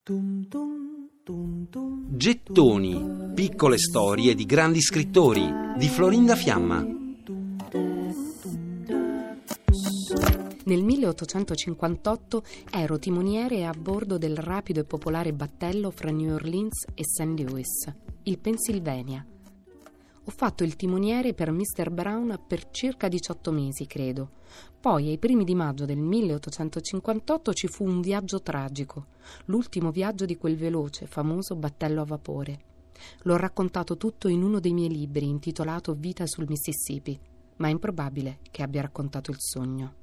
Gettoni, piccole storie di grandi scrittori di Florinda Fiamma. Nel 1858 ero timoniere a bordo del rapido e popolare battello fra New Orleans e St. Louis, il Pennsylvania. Ho fatto il timoniere per Mr. Brown per circa 18 mesi, credo. Poi, ai primi di maggio del 1858, ci fu un viaggio tragico, l'ultimo viaggio di quel veloce, famoso battello a vapore. L'ho raccontato tutto in uno dei miei libri, intitolato Vita sul Mississippi, ma è improbabile che abbia raccontato il sogno.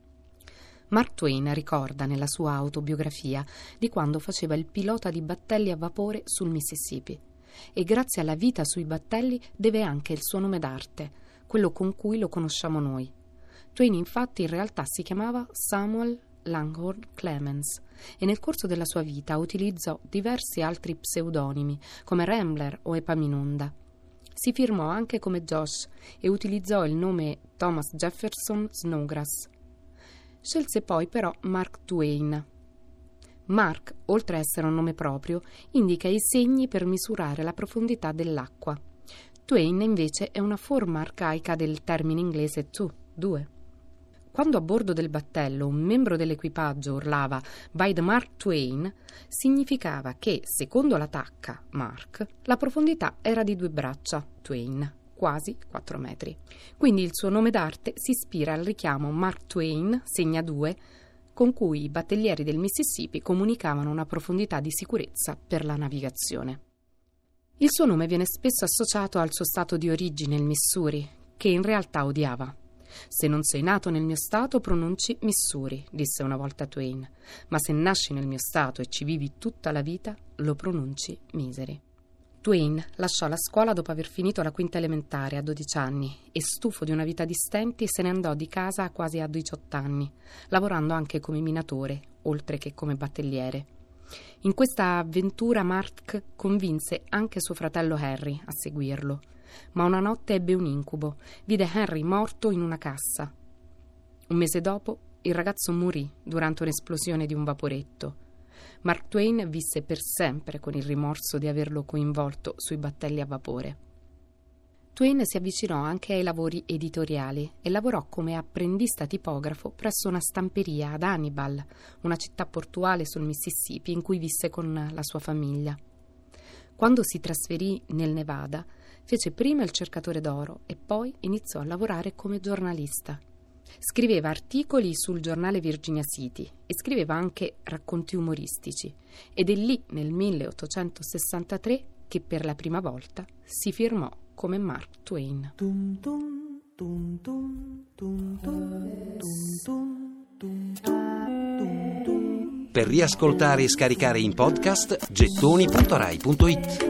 Mark Twain ricorda nella sua autobiografia di quando faceva il pilota di battelli a vapore sul Mississippi. E grazie alla vita sui battelli deve anche il suo nome d'arte, quello con cui lo conosciamo noi. Twain infatti in realtà si chiamava Samuel Langhorne Clemens e nel corso della sua vita utilizzò diversi altri pseudonimi come Rambler o Epaminonda. Si firmò anche come Josh e utilizzò il nome Thomas Jefferson Snodgrass. Scelse poi però Mark Twain. Mark, oltre a essere un nome proprio, indica i segni per misurare la profondità dell'acqua. Twain invece è una forma arcaica del termine inglese due. Quando a bordo del battello un membro dell'equipaggio urlava "By the Mark Twain", significava che, secondo la tacca Mark, la profondità era di 2 braccia, Twain, quasi 4 metri. Quindi il suo nome d'arte si ispira al richiamo Mark Twain, segna 2, con cui i battellieri del Mississippi comunicavano una profondità di sicurezza per la navigazione. Il suo nome viene spesso associato al suo stato di origine, il Missouri, che in realtà odiava. «Se non sei nato nel mio stato, pronunci Missouri», disse una volta Twain, «ma se nasci nel mio stato e ci vivi tutta la vita, lo pronunci Misery». Twain lasciò la scuola dopo aver finito la quinta elementare a 12 anni e, stufo di una vita di stenti, se ne andò di casa quasi a 18 anni, lavorando anche come minatore, oltre che come battelliere. In questa avventura Mark convinse anche suo fratello Henry a seguirlo, ma una notte ebbe un incubo, vide Henry morto in una cassa. Un mese dopo il ragazzo morì durante un'esplosione di un vaporetto. Mark Twain visse per sempre con il rimorso di averlo coinvolto sui battelli a vapore. Twain si avvicinò anche ai lavori editoriali e lavorò come apprendista tipografo presso una stamperia ad Hannibal, una città portuale sul Mississippi in cui visse con la sua famiglia. Quando si trasferì nel Nevada, fece prima il cercatore d'oro e poi iniziò a lavorare come giornalista. Scriveva articoli sul giornale Virginia City e scriveva anche racconti umoristici ed è lì nel 1863 che per la prima volta si firmò come Mark Twain. Per riascoltare e scaricare in podcast gettoni.rai.it